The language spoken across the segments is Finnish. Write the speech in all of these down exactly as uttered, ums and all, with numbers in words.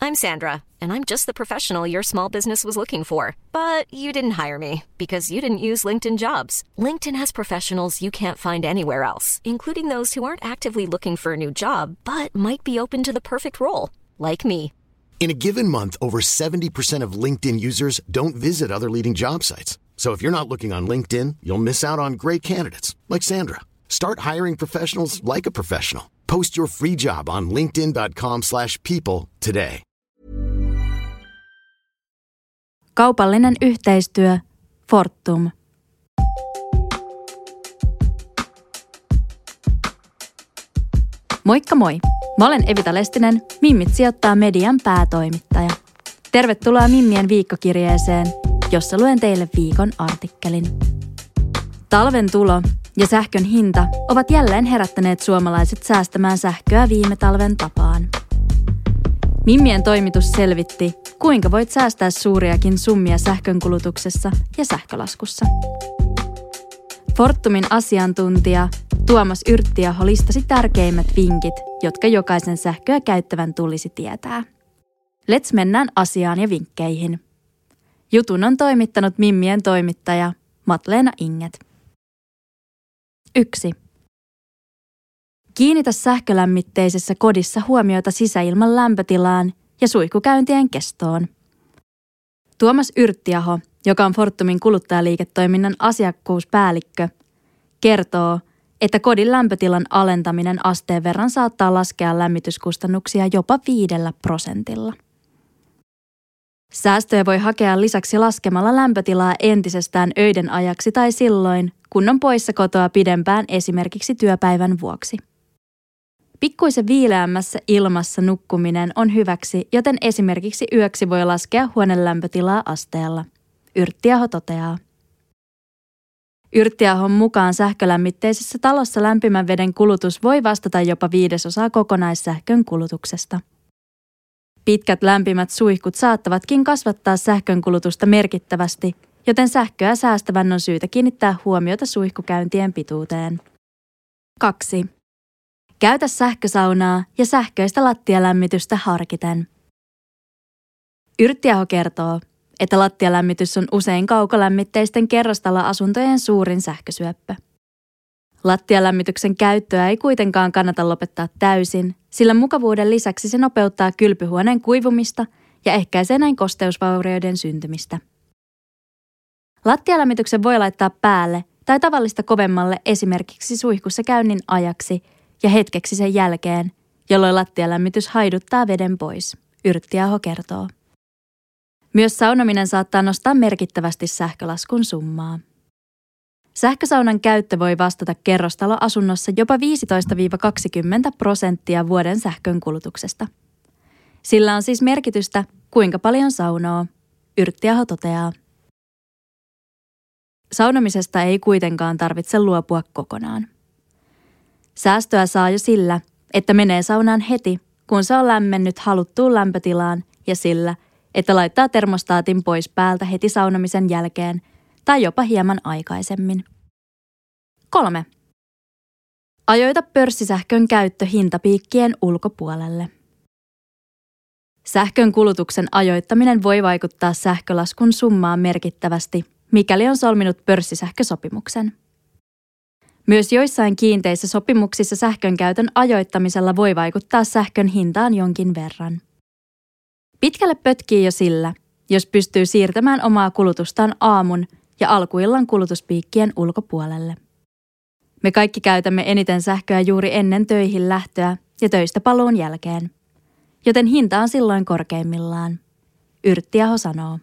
I'm Sandra, and I'm just the professional your small business was looking for. But you didn't hire me because you didn't use LinkedIn Jobs. LinkedIn has professionals you can't find anywhere else, including those who aren't actively looking for a new job, but might be open to the perfect role, like me. In a given month, over seventy percent of LinkedIn users don't visit other leading job sites. So if you're not looking on LinkedIn, you'll miss out on great candidates like Sandra. Start hiring professionals like a professional. Post your free job on linkedin dot com slash people today. Kaupallinen yhteistyö Fortum. Moikka moi! Mä olen Evita Lestinen, Mimmit sijoittaa median päätoimittaja. Tervetuloa Mimmien viikkokirjeeseen, jossa luen teille viikon artikkelin. Talven tulo ja sähkön hinta ovat jälleen herättäneet suomalaiset säästämään sähköä viime talven tapaan. Mimmien toimitus selvitti, kuinka voit säästää suuriakin summia sähkönkulutuksessa ja sähkölaskussa. Fortumin asiantuntija Tuomas Yrttiaho listasi tärkeimmät vinkit, jotka jokaisen sähköä käyttävän tulisi tietää. Let's mennään asiaan ja vinkkeihin. Jutun on toimittanut Mimmien toimittaja Matleena Inget. yksi. Kiinnitä sähkölämmitteisessä kodissa huomiota sisäilman lämpötilaan ja suihkukäyntien kestoon. Tuomas Yrttiaho, joka on Fortumin kuluttajaliiketoiminnan asiakkuuspäällikkö, kertoo, että kodin lämpötilan alentaminen asteen verran saattaa laskea lämmityskustannuksia jopa viidellä prosentilla. Säästöjä voi hakea lisäksi laskemalla lämpötilaa entisestään öiden ajaksi tai silloin, kun on poissa kotoa pidempään esimerkiksi työpäivän vuoksi. Pikkuisen viileämmässä ilmassa nukkuminen on hyväksi, joten esimerkiksi yöksi voi laskea huoneen lämpötilaa asteella, Yrttiaho toteaa. Yrttiahon mukaan sähkölämmitteisessä talossa lämpimän veden kulutus voi vastata jopa viidesosaa kokonaissähkön kulutuksesta. Pitkät lämpimät suihkut saattavatkin kasvattaa sähkön kulutusta merkittävästi, joten sähköä säästävän on syytä kiinnittää huomiota suihkukäyntien pituuteen. kaksi. Käytä sähkösaunaa ja sähköistä lattialämmitystä harkiten. Yrttiaho kertoo, että lattialämmitys on usein kaukolämmitteisten kerrostaloasuntojen suurin sähkösyöppö. Lattialämmityksen käyttöä ei kuitenkaan kannata lopettaa täysin, sillä mukavuuden lisäksi se nopeuttaa kylpyhuoneen kuivumista ja ehkäisee näin kosteusvaurioiden syntymistä. Lattialämmityksen voi laittaa päälle tai tavallista kovemmalle esimerkiksi suihkussa käynnin ajaksi ja hetkeksi sen jälkeen, jolloin lattialämmitys haiduttaa veden pois, Yrttiaho kertoo. Myös saunominen saattaa nostaa merkittävästi sähkölaskun summaa. Sähkösaunan käyttö voi vastata kerrostaloasunnossa jopa viisitoista kaksikymmentä prosenttia vuoden sähkön kulutuksesta. Sillä on siis merkitystä, kuinka paljon saunoo, Yrttiaho toteaa. Saunomisesta ei kuitenkaan tarvitse luopua kokonaan. Säästöä saa jo sillä, että menee saunaan heti, kun se on lämmennyt haluttuun lämpötilaan ja sillä, että laittaa termostaatin pois päältä heti saunomisen jälkeen tai jopa hieman aikaisemmin. kolme. Ajoita pörssisähkön käyttö hintapiikkien ulkopuolelle. Sähkön kulutuksen ajoittaminen voi vaikuttaa sähkölaskun summaan merkittävästi, mikäli on solminut pörssisähkösopimuksen. Myös joissain kiinteissä sopimuksissa sähkön käytön ajoittamisella voi vaikuttaa sähkön hintaan jonkin verran. Pitkälle pötkii jo sillä, jos pystyy siirtämään omaa kulutustaan aamun ja alkuillan kulutuspiikkien ulkopuolelle. Me kaikki käytämme eniten sähköä juuri ennen töihin lähtöä ja töistä paluun jälkeen, joten hinta on silloin korkeimmillaan, Yrttiaho sanoo.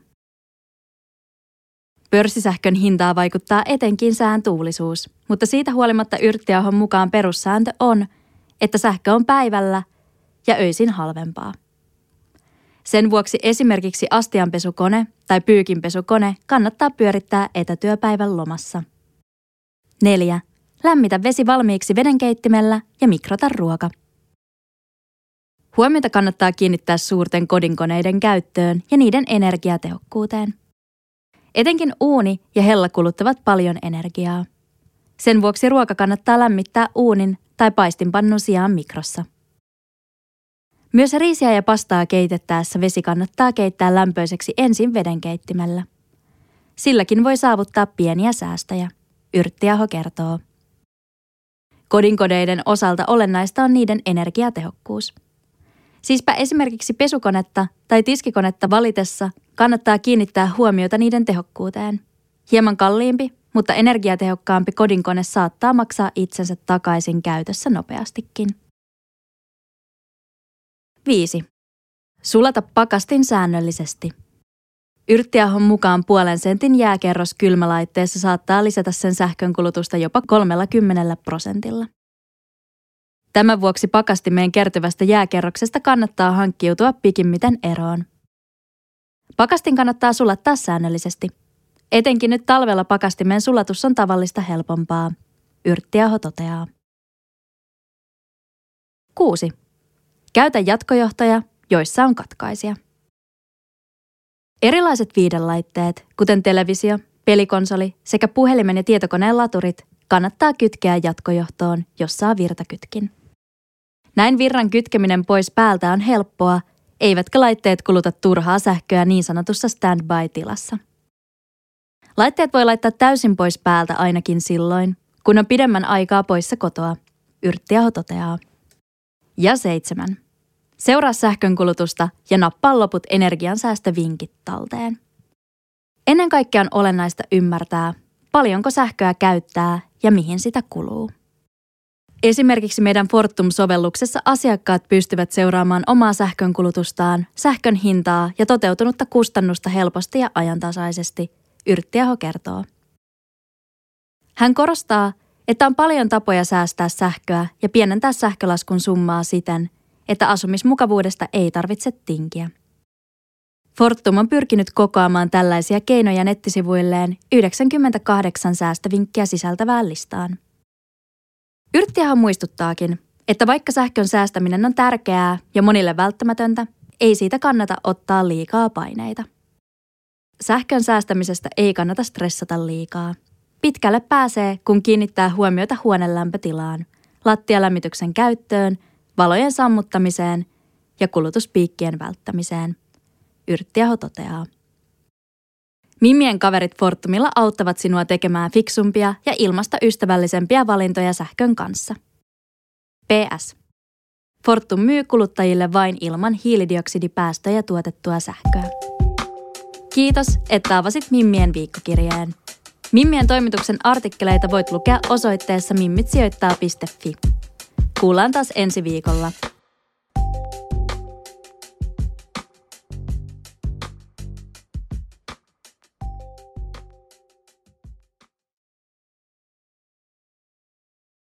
Pörssisähkön hintaa vaikuttaa etenkin sään tuulisuus, mutta siitä huolimatta Yrttiahon mukaan perussääntö on, että sähkö on päivällä ja öisin halvempaa. Sen vuoksi esimerkiksi astianpesukone tai pyykinpesukone kannattaa pyörittää etätyöpäivän lomassa. neljä. Lämmitä vesi valmiiksi vedenkeittimellä ja mikrota ruoka. Huomiota kannattaa kiinnittää suurten kodinkoneiden käyttöön ja niiden energiatehokkuuteen. Etenkin uuni ja hella kuluttavat paljon energiaa. Sen vuoksi ruoka kannattaa lämmittää uunin tai paistinpannun sijaan mikrossa. Myös riisiä ja pastaa keitettäessä vesi kannattaa keittää lämpöiseksi ensin vedenkeittimellä. Silläkin voi saavuttaa pieniä säästöjä, Yrttiaho kertoo. Kodinkodeiden osalta olennaista on niiden energiatehokkuus. Siispä esimerkiksi pesukonetta tai tiskikonetta valitessa kannattaa kiinnittää huomiota niiden tehokkuuteen. Hieman kalliimpi, mutta energiatehokkaampi kodinkone saattaa maksaa itsensä takaisin käytössä nopeastikin. viisi. Sulata pakastin säännöllisesti. Yrttiahon mukaan puolen sentin jääkerros kylmälaitteessa saattaa lisätä sen sähkönkulutusta jopa kolmekymmentä prosentilla. Tämän vuoksi pakastimeen kertyvästä jääkerroksesta kannattaa hankkiutua pikimmiten eroon. Pakastin kannattaa sulattaa säännöllisesti. Etenkin nyt talvella pakastimeen sulatus on tavallista helpompaa, Yrttiaho toteaa. kuusi. Käytä jatkojohtoja, joissa on katkaisija. Erilaiset viihdelaitteet, kuten televisio, pelikonsoli sekä puhelimen ja tietokoneen laturit, kannattaa kytkeä jatkojohtoon, jos saa virtakytkin. Näin virran kytkeminen pois päältä on helppoa, eivätkä laitteet kuluta turhaa sähköä niin sanotussa standby-tilassa. Laitteet voi laittaa täysin pois päältä ainakin silloin, kun on pidemmän aikaa poissa kotoa, Yrttiaho toteaa. Ja seitsemän. Seuraa sähkönkulutusta ja nappaa loput energiansäästövinkit talteen. Ennen kaikkea on olennaista ymmärtää, paljonko sähköä käyttää ja mihin sitä kuluu. Esimerkiksi meidän Fortum-sovelluksessa asiakkaat pystyvät seuraamaan omaa sähkönkulutustaan, sähkön hintaa ja toteutunutta kustannusta helposti ja ajantasaisesti, Yrttiaho kertoo. Hän korostaa, että on paljon tapoja säästää sähköä ja pienentää sähkölaskun summaa siten, että asumismukavuudesta ei tarvitse tinkiä. Fortum on pyrkinyt kokoamaan tällaisia keinoja nettisivuilleen yhdeksänkymmentäkahdeksan säästövinkkiä sisältävään listaan. Yrttiaho muistuttaakin, että vaikka sähkön säästäminen on tärkeää ja monille välttämätöntä, ei siitä kannata ottaa liikaa paineita. Sähkön säästämisestä ei kannata stressata liikaa. Pitkälle pääsee, kun kiinnittää huomiota huoneen lämpötilaan, lattialämmityksen käyttöön, valojen sammuttamiseen ja kulutuspiikkien välttämiseen, Yrttiaho toteaa. Mimmien kaverit Fortumilla auttavat sinua tekemään fiksumpia ja ilmastoystävällisempiä valintoja sähkön kanssa. P S. Fortum myy kuluttajille vain ilman hiilidioksidipäästöjä tuotettua sähköä. Kiitos, että avasit Mimmien viikkokirjeen. Mimmien toimituksen artikkeleita voit lukea osoitteessa mimmitsijoittaa piste fi. Kuullaan taas ensi viikolla.